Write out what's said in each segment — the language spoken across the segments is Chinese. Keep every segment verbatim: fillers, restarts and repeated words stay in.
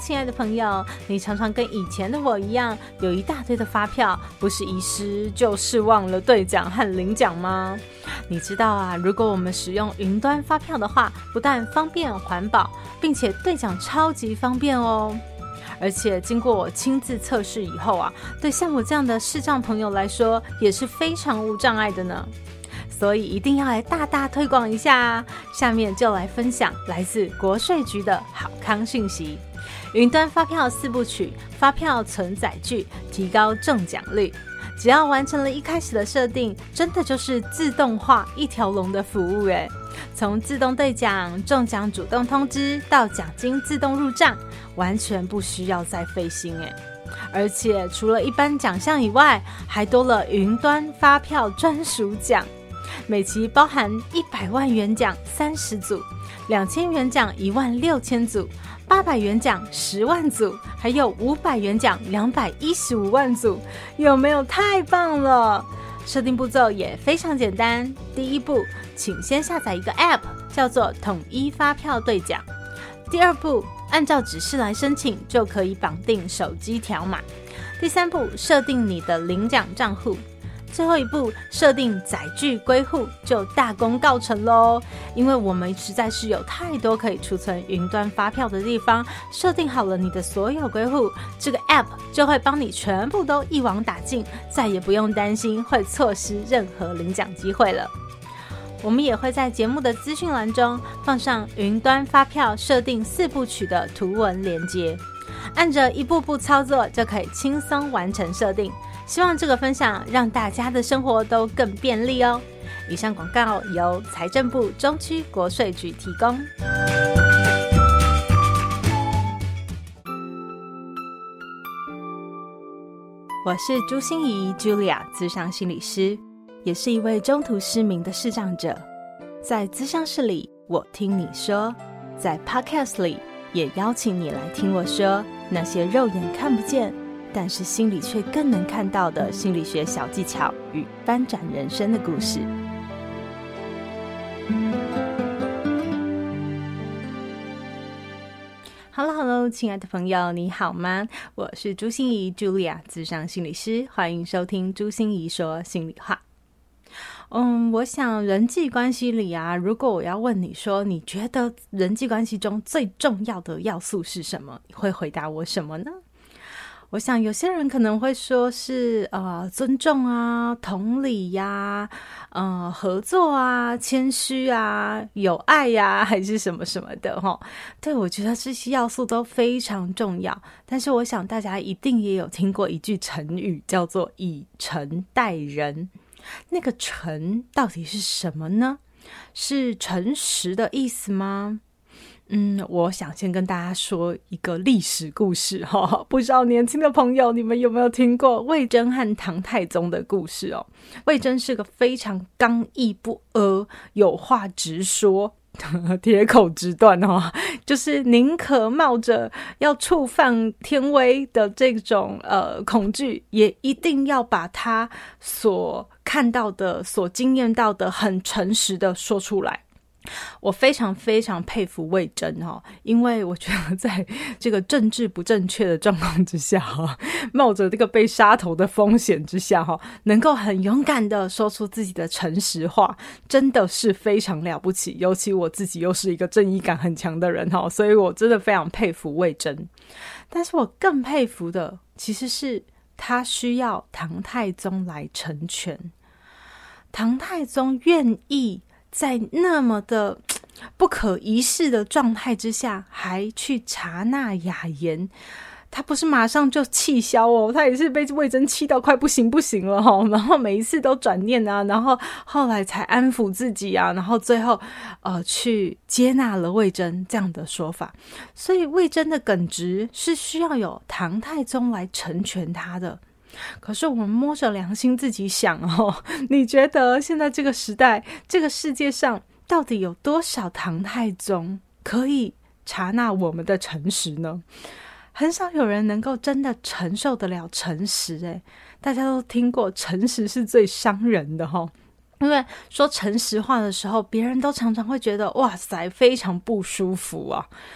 亲爱的朋友，你常常跟以前的我一样，有一大堆的发票，不是遗失就是忘了兑奖和领奖吗？你知道啊，如果我们使用云端发票的话，不但方便环保，并且兑奖超级方便哦。而且经过我亲自测试以后啊，对像我这样的视障朋友来说，也是非常无障碍的呢。所以一定要来大大推广一下啊！下面就来分享来自国税局的好康讯息：云端发票四部曲，发票存载具，提高中奖率。只要完成了一开始的设定，真的就是自动化一条龙的服务耶！从自动兑奖、中奖主动通知到奖金自动入账，完全不需要再费心耶！而且除了一般奖项以外，还多了云端发票专属奖。每期包含一百万元奖三十组，两千元奖一万六千组，八百元奖十万组，还有五百元奖两百一十五万组，有没有太棒了？设定步骤也非常简单。第一步，请先下载一个 App， 叫做统一发票兑奖。第二步，按照指示来申请，就可以绑定手机条码。第三步，设定你的领奖账户。最后一步，设定载具归户，就大功告成咯。因为我们实在是有太多可以储存云端发票的地方，设定好了你的所有归户，这个 App 就会帮你全部都一网打尽，再也不用担心会错失任何领奖机会了。我们也会在节目的资讯栏中放上云端发票设定四部曲的图文连结，按着一步步操作就可以轻松完成设定。希望这个分享让大家的生活都更便利哦。以上广告由财政部中区国税局提供。我是朱心怡 Julia 諮商心理師，也是一位中途失明的視障者。在諮商室里，我聽你說；在 Podcast 里，也邀請你來聽我說那些肉眼看不見但是心里却更能看到的心理学小技巧与翻转人生的故事。Hello Hello， 亲爱的朋友，你好吗？我是朱心怡 Julia 諮商心理師，歡迎收聽朱心怡說心裡話。嗯，我想人際關係裡啊，如果我要問你說，你覺得人際關係中最重要的要素是什麼？你會回答我什麼呢？我想有些人可能會說是呃尊重啊、同理呀、啊、呃合作啊、謙虛啊、有愛呀、啊，還是什麼什麼的齁。對，我覺得這些要素都非常重要。但是我想大家一定也有聽過一句成語，叫做以誠待人。那個誠到底是什麼呢？是誠實的意思嗎？嗯，我想先跟大家說一個歷史故事哈，不知道年輕的朋友你們有沒有聽過魏徵和唐太宗的故事哦？魏徵是個非常剛毅不阿、有話直說、鐵口直斷哦，就是寧可冒着要觸犯天威的這種呃恐懼，也一定要把他所看到的、所經驗到的很誠實的說出來。我非常非常佩服魏徵哦，因為我覺得在這個政治不正確的狀況之下哈，冒着這個被殺頭的風險之下哈，能夠很勇敢的說出自己的誠實話，真的是非常了不起。尤其我自己又是一個正義感很強的人哈，所以我真的非常佩服魏徵。但是我更佩服的其實是他需要唐太宗來成全，唐太宗願意在那麼的不可一世的狀態之下還去察納雅言，他不是馬上就氣消哦，他也是被魏徵氣到快不行不行了哦，然後每一次都轉念啊，然後後來才安撫自己啊，然後最後呃去接納了魏徵這樣的說法。所以魏徵的耿直是需要有唐太宗來成全他的。可是我們摸着良心自己想哦，你覺得現在這個時代，這個世界上到底有多少唐太宗可以察納我們的誠實呢？很少有人能夠真的承受得了誠實誒，大家都聽過誠實是最傷人的齁，因為說誠實話的時候，別人都常常會覺得哇塞非常不舒服啊。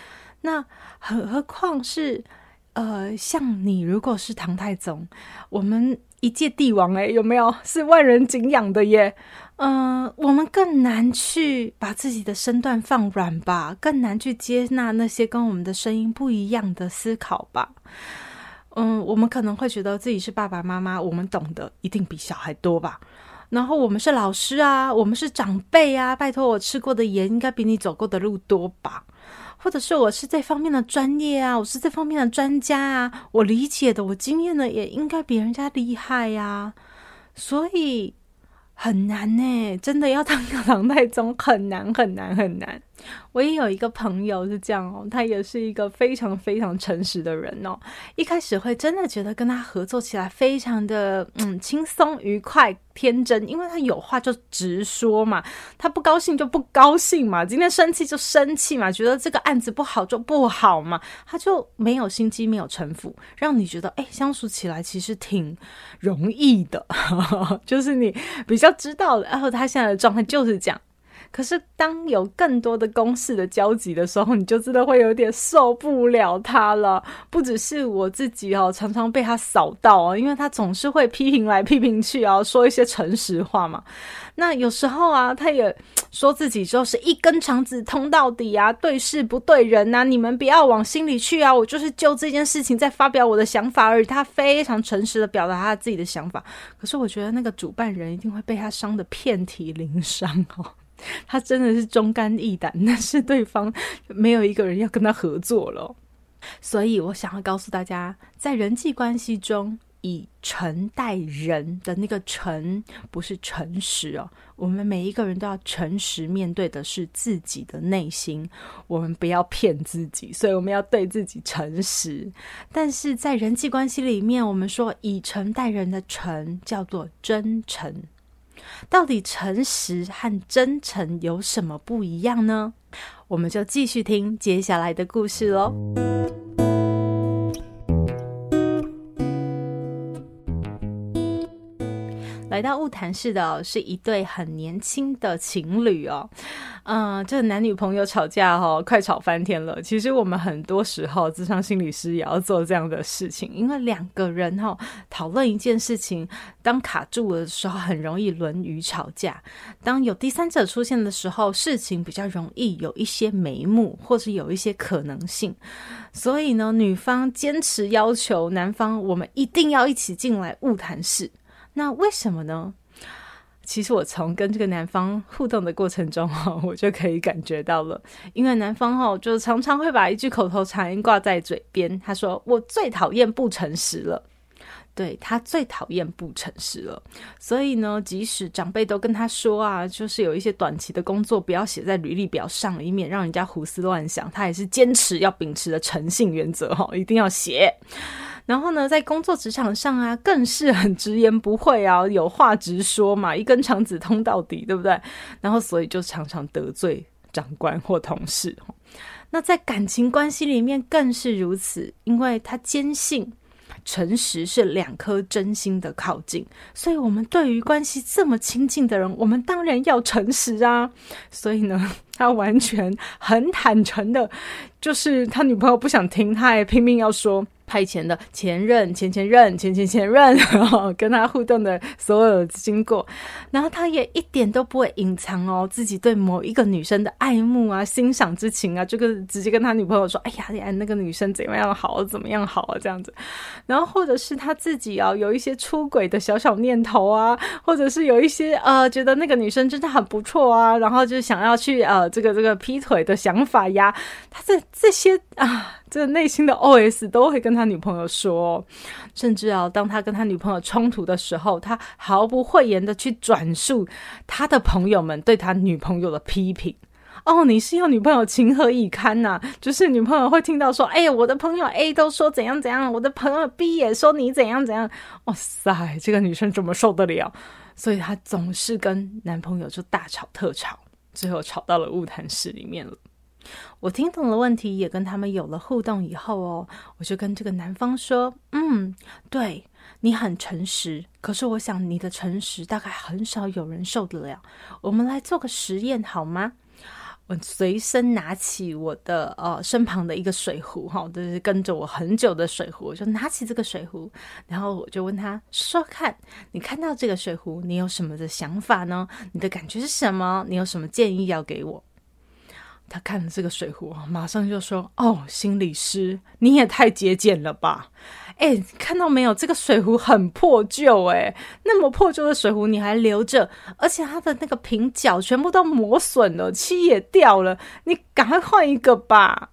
那何何况是呃，像你如果是唐太宗，我们一介帝王诶，有没有是万人敬仰的耶？嗯、呃，我们更难去把自己的身段放软吧，更难去接纳那些跟我们的声音不一样的思考吧。嗯，我们可能会觉得自己是爸爸妈妈，我们懂得一定比小孩多吧。然后我们是老师啊，我们是长辈啊，拜托我吃过的盐应该比你走过的路多吧。或者是我是这方面的专业啊，我是这方面的专家啊，我理解的，我经验的也应该比人家厉害啊。所以很难耶，真的要当个唐太宗很难很难很难。我也有一个朋友是这样哦，他也是一个非常非常诚实的人哦。一开始会真的觉得跟他合作起来非常的嗯轻松愉快天真，因为他有话就直说嘛，他不高兴就不高兴嘛，今天生气就生气嘛，觉得这个案子不好就不好嘛，他就没有心机没有城府，让你觉得哎相处起来其实挺容易的就是你比较知道然后他现在的状态就是这样。可是当有更多的公事的交集的时候，你就真的会有点受不了他了。不只是我自己哦，常常被他扫到哦，因为他总是会批评来批评去啊，说一些诚实话嘛。那有时候啊，他也说自己就是一根肠子通到底啊，对事不对人啊，你们不要往心里去啊，我就是就这件事情在发表我的想法而已。他非常诚实的表达他自己的想法，可是我觉得那个主办人一定会被他伤得遍体鳞伤哦。他真的是忠肝义胆，但是对方没有一个人要跟他合作了。所以我想要告诉大家，在人际关系中，以诚待人的那个诚不是诚实哦，我们每一个人都要诚实面对的是自己的内心，我们不要骗自己，所以我们要对自己诚实。但是在人际关系里面，我们说以诚待人的诚叫做真诚。到底诚实和真诚有什么不一样呢？我们就继续听接下来的故事咯。来到雾谈室的、哦、是一对很年轻的情侣哦，嗯，这个男女朋友吵架哦，快吵翻天了。其实我们很多时候諮商心理师也要做这样的事情，因为两个人哦讨论一件事情，当卡住的时候很容易沦于吵架，当有第三者出现的时候，事情比较容易有一些眉目，或是有一些可能性。所以呢，女方坚持要求男方我们一定要一起进来雾谈室。那为什么呢？其实我从跟这个男方互动的过程中、哦、我就可以感觉到了，因为男方、哦、就常常会把一句口头禅挂在嘴边，他说我最讨厌不诚实了。对，他最讨厌不诚实了，所以呢，即使长辈都跟他说啊，就是有一些短期的工作不要写在履历表上，以免让人家胡思乱想，他也是坚持要秉持的诚信原则、哦、一定要写。然后呢，在工作职场上啊，更是很直言不讳啊，有话直说嘛，一根肠子通到底，对不对？然后所以就常常得罪长官或同事。那在感情关系里面更是如此，因为他坚信诚实是两颗真心的靠近，所以我们对于关系这么亲近的人，我们当然要诚实啊。所以呢，他完全很坦诚的，就是他女朋友不想听，他也拼命要说他以前的前任、前前任、前前前任跟他互动的所有的经过，然后他也一点都不会隐藏哦自己对某一个女生的爱慕啊、欣赏之情啊，就跟直接跟他女朋友说，哎呀，那个女生怎么样好，怎么样好啊，这样子。然后或者是他自己啊有一些出轨的小小念头啊，或者是有一些呃觉得那个女生真的很不错啊，然后就想要去呃这个这个劈腿的想法呀，他这这些啊。这个内心的 O S 都会跟他女朋友说、哦、甚至啊，当他跟他女朋友冲突的时候，他毫不讳言的去转述他的朋友们对他女朋友的批评。哦，你是要女朋友情何以堪呐、啊？就是女朋友会听到说，哎呀，我的朋友 A 都说怎样怎样，我的朋友 B 也说你怎样怎样。哇塞，这个女生怎么受得了？所以她总是跟男朋友就大吵特吵，最后吵到了雾谈室里面了。我听懂了问题，也跟他们有了互动以后哦，我就跟这个男方说，嗯，对，你很诚实，可是我想你的诚实大概很少有人受得了，我们来做个实验好吗？ 我随身拿起我的呃身旁的一个水壶哈，就是跟着我很久的水壶，我就拿起这个水壶，然后我就问他说：“看，你看到这个水壶，你有什么的想法呢？你的感觉是什么？你有什么建议要给我？”他看了这个水壶，马上就说：“哦，心理师，你也太节俭了吧！哎，看到没有，这个水壶很破旧，哎，那么破旧的水壶你还留着，而且它的那个瓶角全部都磨损了，漆也掉了，你赶快换一个吧。”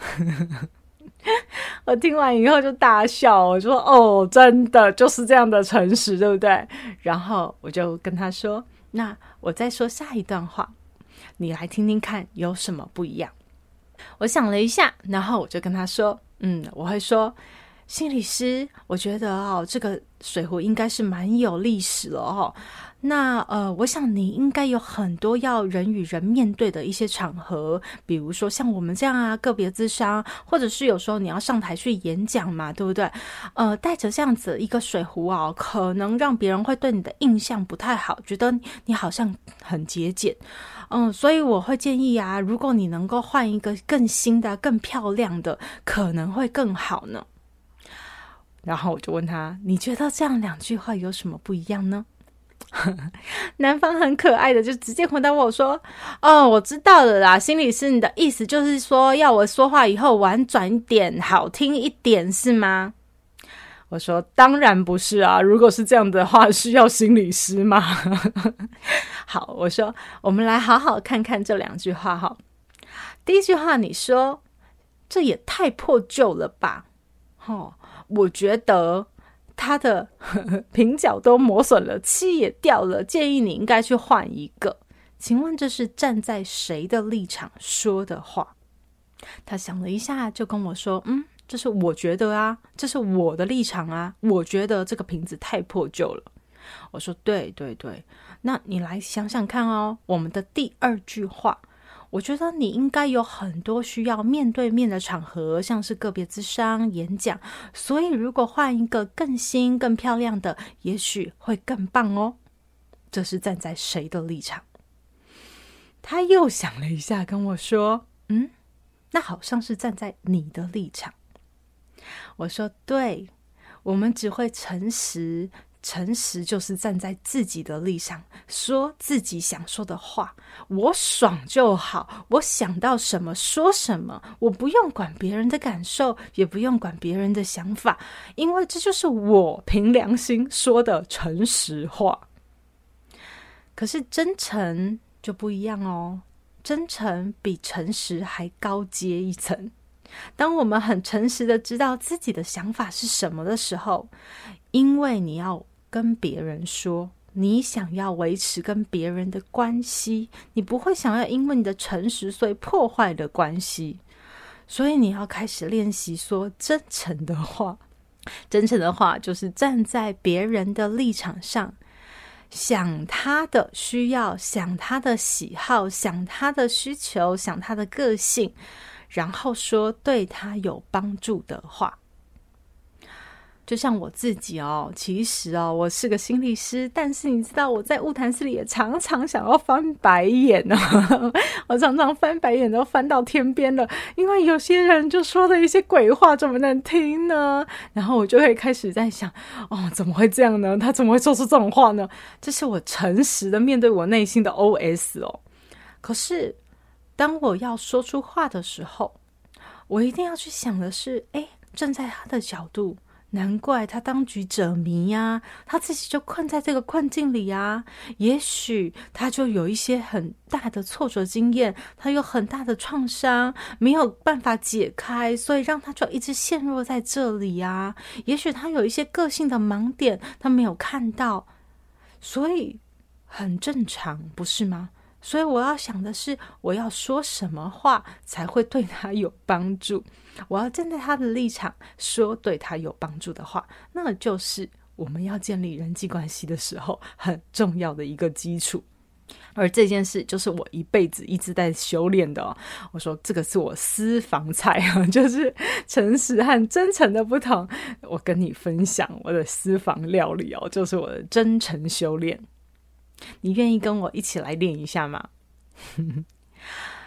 我听完以后就大笑，我就说：“哦，真的就是这样的诚实，对不对？”然后我就跟他说：“那我再说下一段话。你来听听看有什么不一样。”我想了一下，然后我就跟他说，嗯，我会说，心理师，我觉得哦，这个水壶应该是蛮有历史了哦。那呃，我想你应该有很多要人与人面对的一些场合，比如说像我们这样啊，个别咨商，或者是有时候你要上台去演讲嘛，对不对？呃，带着这样子一个水壶啊，可能让别人会对你的印象不太好，觉得你好像很节俭。嗯，所以我会建议啊，如果你能够换一个更新的、更漂亮的，可能会更好呢。然后我就问他，你觉得这样两句话有什么不一样呢？男方很可爱的就直接回答我说，哦，我知道了啦，心理师，你的意思就是说要我说话以后婉转一点，好听一点是吗？我说当然不是啊，如果是这样的话需要心理师吗？好，我说我们来好好看看这两句话哈。第一句话你说，这也太破旧了吧，哦，我觉得它的呵呵瓶角都磨损了，漆也掉了，建议你应该去换一个。请问这是站在谁的立场说的话？他想了一下就跟我说，嗯，这是我觉得啊，这是我的立场啊，我觉得这个瓶子太破旧了。我说对对对，那你来想想看哦，我们的第二句话，我觉得你应该有很多需要面对面的场合，像是个别咨商、演讲，所以如果换一个更新、更漂亮的，也许会更棒哦。这是站在谁的立场？他又想了一下跟我说，嗯，那好像是站在你的立场。我说对，我们只会诚实，诚实就是站在自己的立场，说自己想说的话，我爽就好，我想到什么说什么，我不用管别人的感受，也不用管别人的想法，因为这就是我凭良心说的诚实话。可是真诚就不一样哦，真诚比诚实还高阶一层。当我们很诚实的知道自己的想法是什么的时候，因为你要跟别人说，你想要维持跟别人的关系，你不会想要因为你的诚实所以破坏的关系，所以你要开始练习说真诚的话。真诚的话就是站在别人的立场上，想他的需要，想他的喜好，想他的需求，想他的个性，然后说对他有帮助的话。就像我自己哦，其实哦，我是个心理师，但是你知道我在晤谈室里也常常想要翻白眼哦，我常常翻白眼都翻到天边了，因为有些人就说的一些鬼话怎么能听呢？然后我就会开始在想，哦，怎么会这样呢？他怎么会说出这种话呢？这是我诚实的面对我内心的 O S 哦。可是当我要说出话的时候，我一定要去想的是，诶，站在他的角度，难怪他当局者迷呀、啊，他自己就困在这个困境里啊。也许他就有一些很大的挫折经验，他有很大的创伤，没有办法解开，所以让他就一直陷入在这里啊。也许他有一些个性的盲点，他没有看到，所以很正常，不是吗？所以我要想的是，我要说什么话才会对他有帮助，我要站在他的立场说对他有帮助的话，那就是我们要建立人际关系的时候很重要的一个基础。而这件事就是我一辈子一直在修炼的哦。我说这个是我私房菜啊，就是诚实和真诚的不同。我跟你分享我的私房料理哦，就是我的真诚修炼。你愿意跟我一起来练一下吗？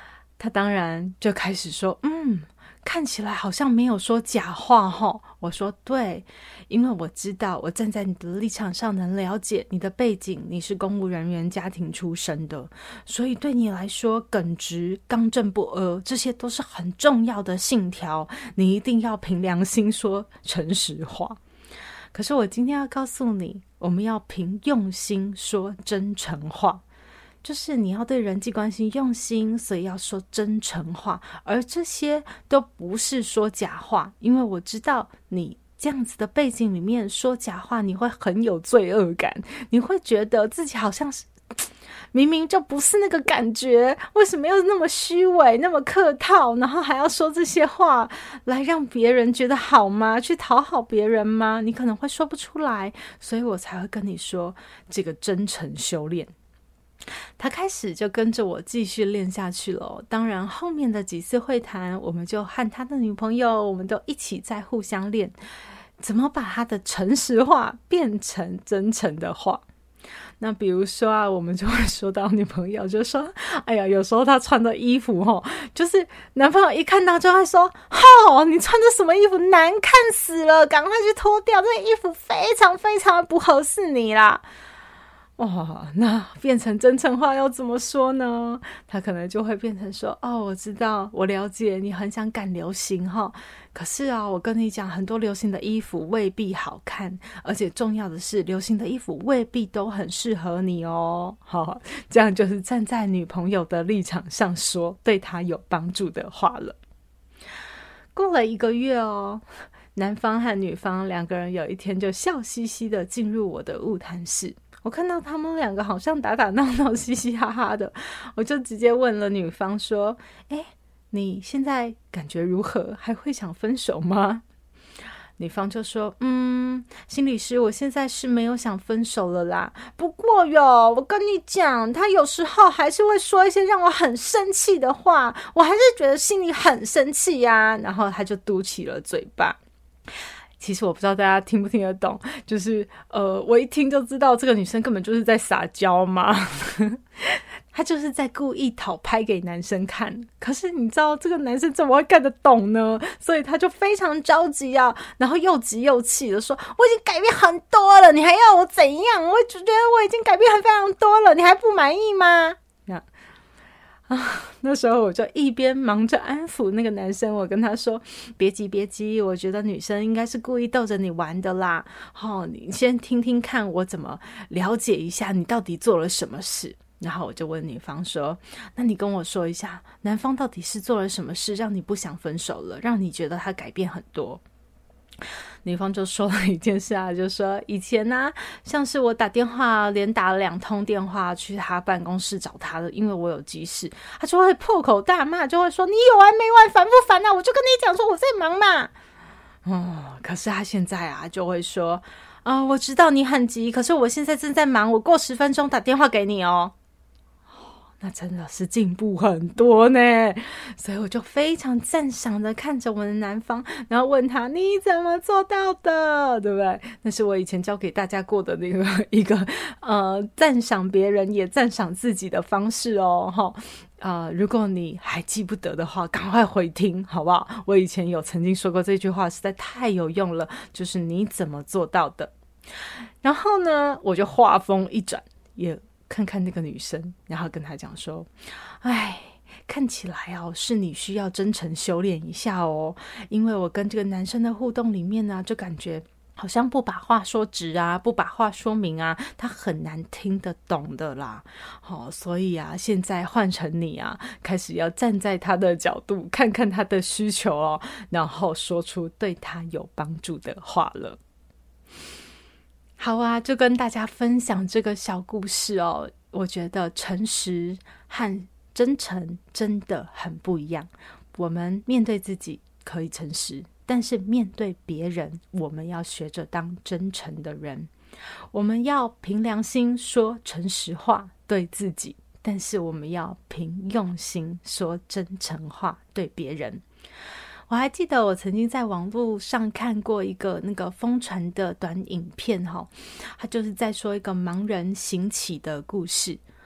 他当然就开始说，嗯，看起来好像没有说假话齁。我说对，因为我知道我站在你的立场上能了解你的背景，你是公务人员家庭出身的，所以对你来说耿直刚正不阿这些都是很重要的信条，你一定要凭良心说诚实话。可是我今天要告诉你，我们要凭用心说真诚话，就是你要对人际关系用心，所以要说真诚话，而这些都不是说假话，因为我知道你这样子的背景里面说假话，你会很有罪恶感，你会觉得自己好像是明明就不是那个感觉，为什么要那么虚伪那么客套，然后还要说这些话来让别人觉得好吗？去讨好别人吗？你可能会说不出来，所以我才会跟你说这个真诚修炼。他开始就跟着我继续练下去了。当然后面的几次会谈，我们就和他的女朋友，我们都一起在互相练怎么把他的诚实话变成真诚的话。那比如说啊，我们就会说到女朋友就说，哎呀，有时候她穿的衣服齁，就是男朋友一看到就会说，齁，你穿的什么衣服难看死了，赶快去脱掉，这个衣服非常非常的不合适你啦。哇，那变成真诚话要怎么说呢？他可能就会变成说，哦，我知道，我了解你很想赶流行齁，可是啊，我跟你讲，很多流行的衣服未必好看，而且重要的是，流行的衣服未必都很适合你哦。好，这样就是站在女朋友的立场上说对她有帮助的话了。过了一个月哦，男方和女方两个人有一天就笑嘻嘻的进入我的晤谈室。我看到他们两个好像打打闹闹嘻嘻哈哈的，我就直接问了女方说，诶，你现在感觉如何？还会想分手吗？女方就说，嗯，心理师，我现在是没有想分手了啦，不过哟，我跟你讲，他有时候还是会说一些让我很生气的话，我还是觉得心里很生气呀。然后他就嘟起了嘴巴。其实我不知道大家听不听得懂，就是呃，我一听就知道这个女生根本就是在撒娇嘛，她就是在故意讨拍给男生看。可是你知道这个男生怎么会看得懂呢？所以他就非常着急啊，然后又急又气的说，我已经改变很多了，你还要我怎样？我觉得我已经改变很非常多了，你还不满意吗？啊，那时候我就一边忙着安抚那个男生，我跟他说，别急别急，我觉得女生应该是故意逗着你玩的啦，哦，你先听听看我怎么了解一下你到底做了什么事。然后我就问女方说，那你跟我说一下，男方到底是做了什么事让你不想分手了，让你觉得他改变很多？女方就说了一件事啊，就说以前啊，像是我打电话连打了两通电话去他办公室找他的，因为我有急事，他就会破口大骂，就会说你有完没完，烦不烦啊？我就跟你讲说我在忙嘛。哦，可是他现在啊就会说啊、呃，我知道你很急，可是我现在正在忙，我过十分钟打电话给你哦。那真的是进步很多呢，所以我就非常赞赏的看着我的男方，然后问他你怎么做到的，对不对？那是我以前教给大家过的那个一个呃赞赏别人也赞赏自己的方式哦，齁。呃，如果你还记不得的话，赶快回听好不好？我以前有曾经说过这句话，实在太有用了，就是你怎么做到的。然后呢，我就话锋一转，也看看那个女生，然后跟她讲说，哎，看起来哦，是你需要真诚修炼一下哦，因为我跟这个男生的互动里面呢、啊，就感觉好像不把话说直啊，不把话说明啊，他很难听得懂的啦。好、哦，所以啊，现在换成你啊，开始要站在他的角度，看看他的需求哦，然后说出对他有帮助的话了。好啊，就跟大家分享这个小故事哦。我觉得诚实和真诚真的很不一样。我们面对自己可以诚实，但是面对别人，我们要学着当真诚的人。我们要凭良心说诚实话对自己，但是我们要凭用心说真诚话对别人。我还记得我曾经在网络上看过一个那个疯传的短影片，他就是在说一个盲人行乞的故事。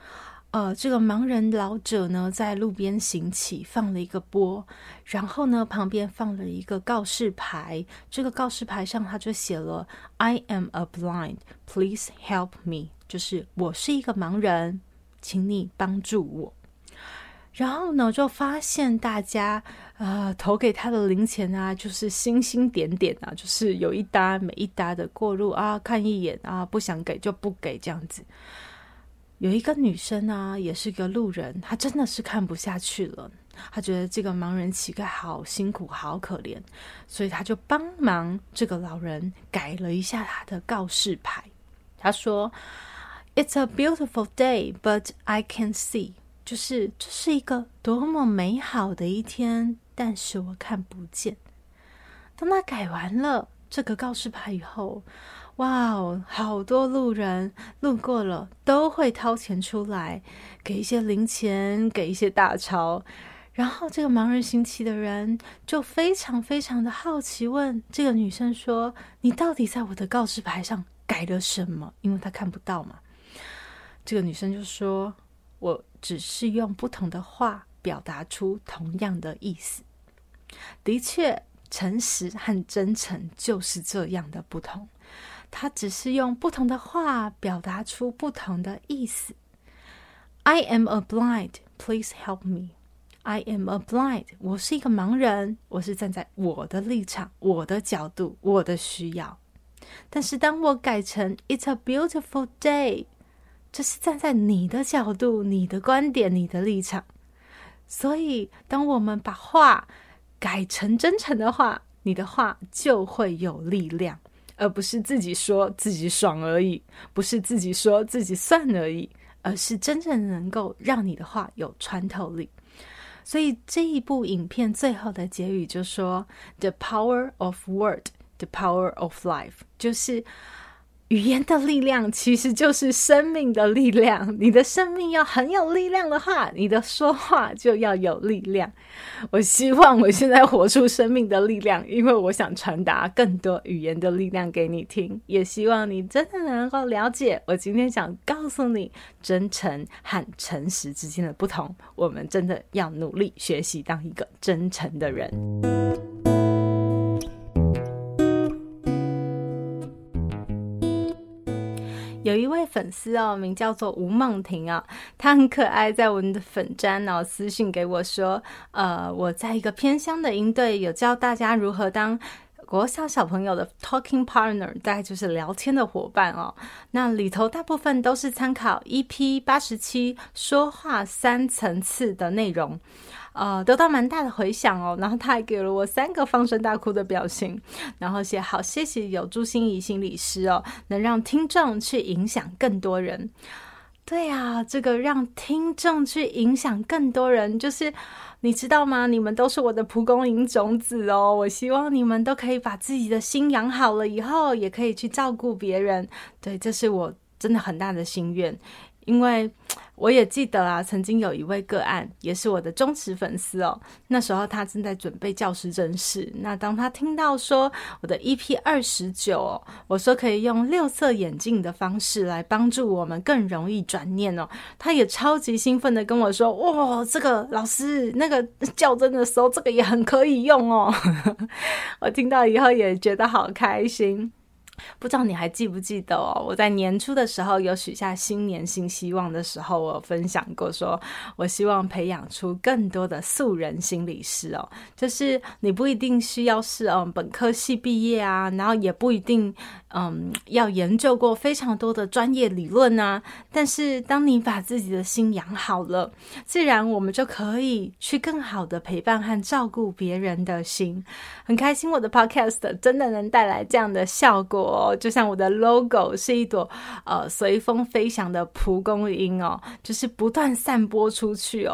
呃，这个盲人老者呢，在路边行乞，放了一个钵，然后呢，旁边放了一个告示牌。这个告示牌上他就写了 "I am a blind, please help me"， 就是我是一个盲人，请你帮助我。然后呢，就发现大家呃投给他的零钱啊，就是星星点点啊，就是有一搭没一搭的过路啊，看一眼啊，不想给就不给这样子。有一个女生啊，也是个路人，她真的是看不下去了，她觉得这个盲人乞丐好辛苦好可怜，所以她就帮忙这个老人改了一下他的告示牌。她说 "It's a beautiful day, but I can't see"， 就是这是一个多么美好的一天，但是我看不见。当她改完了这个告示牌以后，哇哦，好多路人路过了都会掏钱出来，给一些零钱，给一些大钞。然后这个盲人行乞的人就非常非常的好奇，问这个女生说：你到底在我的告示牌上改了什么？因为她看不到嘛。这个女生就说：我只是用不同的话表达出同样的意思。的确，诚实和真诚就是这样的不同，他只是用不同的话表达出不同的意思。 I am a blind, please help me. I am a blind， 我是一个盲人，我是站在我的立场，我的角度，我的需要。但是当我改成 It's a beautiful day， 这是站在你的角度，你的观点，你的立场。所以当我们把话改成真诚的话，你的话就会有力量，而不是自己说自己爽而已，不是自己说自己算而已，而是真正能够让你的话有穿透力。所以这一部影片最后的结语就说 The power of word, the power of life， 就是语言的力量其实就是生命的力量。你的生命要很有力量的话，你的说话就要有力量。我希望我现在活出生命的力量，因为我想传达更多语言的力量给你听，也希望你真的能够了解我今天想告诉你真诚和诚实之间的不同。我们真的要努力学习当一个真诚的人。有一位粉丝哦，名叫做吴梦婷啊，她很可爱，在我们的粉专哦私讯给我说，呃，我在一个偏乡的营队，有教大家如何当国小小朋友的 talking partner， 大概就是聊天的伙伴哦。那里头大部分都是参考 E P 八十七 说话三层次的内容。呃，得到蛮大的回响哦，然后他还给了我三个放声大哭的表情，然后写好谢谢有朱心怡心理师哦，能让听众去影响更多人。对啊，这个让听众去影响更多人，就是你知道吗？你们都是我的蒲公英种子哦，我希望你们都可以把自己的心养好了以后，也可以去照顾别人。对，这是我真的很大的心愿。因为我也记得啊，曾经有一位个案也是我的忠实粉丝哦，那时候他正在准备教师甄试，那当他听到说我的 E P 二十九哦，我说可以用六色眼镜的方式来帮助我们更容易转念哦，他也超级兴奋的跟我说，哇，这个老师那个较真的时候这个也很可以用哦我听到以后也觉得好开心。不知道你还记不记得哦，我在年初的时候有许下新年新希望的时候，我有分享过说我希望培养出更多的素人心理师哦，就是你不一定需要是嗯本科系毕业啊，然后也不一定嗯要研究过非常多的专业理论啊，但是当你把自己的心养好了，自然我们就可以去更好的陪伴和照顾别人的心。很开心我的 podcast 真的能带来这样的效果哦，就像我的 logo 是一朵呃随风飞翔的蒲公英哦，就是不断散播出去哦，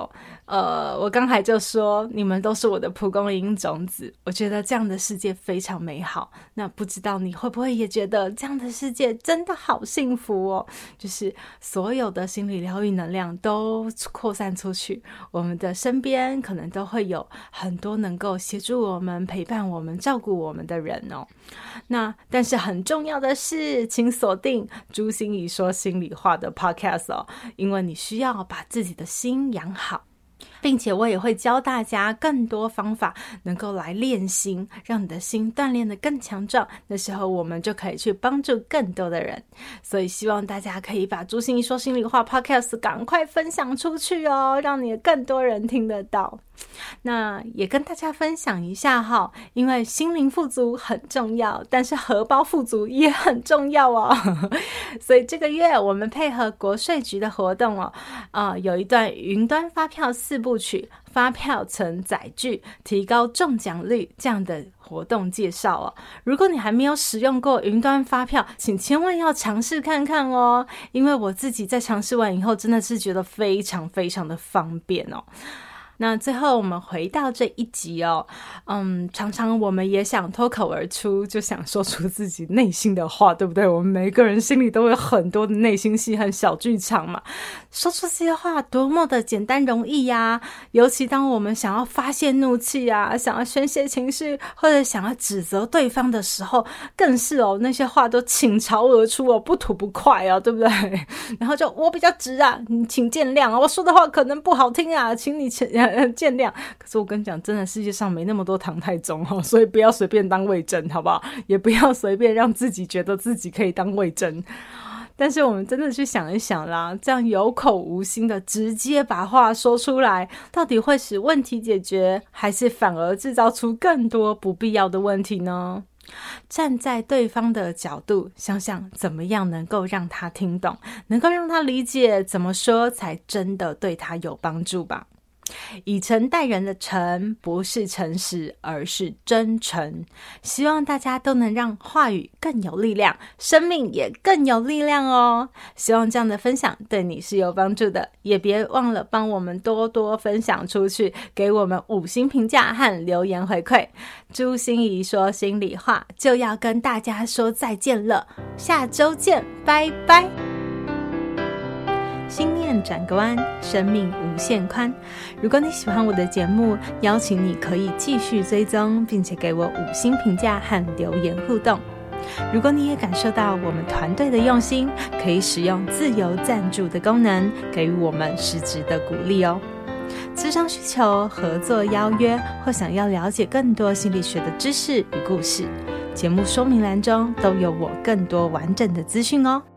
呃，我刚才就说你们都是我的蒲公英种子，我觉得这样的世界非常美好。那不知道你会不会也觉得这样的世界真的好幸福哦？就是所有的心理疗愈能量都扩散出去，我们的身边可能都会有很多能够协助我们、陪伴我们、照顾我们的人哦。那但是很重要的是，请锁定朱心怡说心里话的 podcast 哦，因为你需要把自己的心养好，并且我也会教大家更多方法能够来练心，让你的心锻炼得更强壮，那时候我们就可以去帮助更多的人。所以希望大家可以把朱心怡说心里话 podcast 赶快分享出去哦，让你更多人听得到。那也跟大家分享一下哈，因为心灵富足很重要，但是荷包富足也很重要哦。所以这个月我们配合国税局的活动哦，呃，有一段云端发票四部曲，发票成载具，提高中奖率这样的活动介绍哦。如果你还没有使用过云端发票，请千万要尝试看看哦，因为我自己在尝试完以后真的是觉得非常非常的方便哦。那最后我们回到这一集哦，嗯，常常我们也想脱口而出，就想说出自己内心的话，对不对？我们每一个人心里都有很多的内心戏和小剧场嘛，说出这些话多么的简单容易呀！尤其当我们想要发泄怒气啊，想要宣泄情绪，或者想要指责对方的时候，更是哦，那些话都倾巢而出哦，不吐不快哦，对不对？然后就我比较直啊，你请见谅啊，我说的话可能不好听啊，请你见见谅。可是我跟你讲，真的世界上没那么多唐太宗哦，所以不要随便当魏征，好不好？也不要随便让自己觉得自己可以当魏征。但是我们真的去想一想啦，这样有口无心的直接把话说出来，到底会使问题解决，还是反而制造出更多不必要的问题呢？站在对方的角度想想怎么样能够让他听懂，能够让他理解，怎么说才真的对他有帮助吧。以诚待人的诚不是诚实，而是真诚。希望大家都能让话语更有力量，生命也更有力量哦。希望这样的分享对你是有帮助的，也别忘了帮我们多多分享出去，给我们五星评价和留言回馈。朱心怡说心里话就要跟大家说再见了，下周见，拜拜。心念转个弯，生命无限宽。如果你喜欢我的节目，邀请你可以继续追踪，并且给我五星评价和留言互动。如果你也感受到我们团队的用心，可以使用自由赞助的功能，给予我们实质的鼓励哦。咨商需求、合作邀约，或想要了解更多心理学的知识与故事，节目说明栏中都有我更多完整的资讯哦。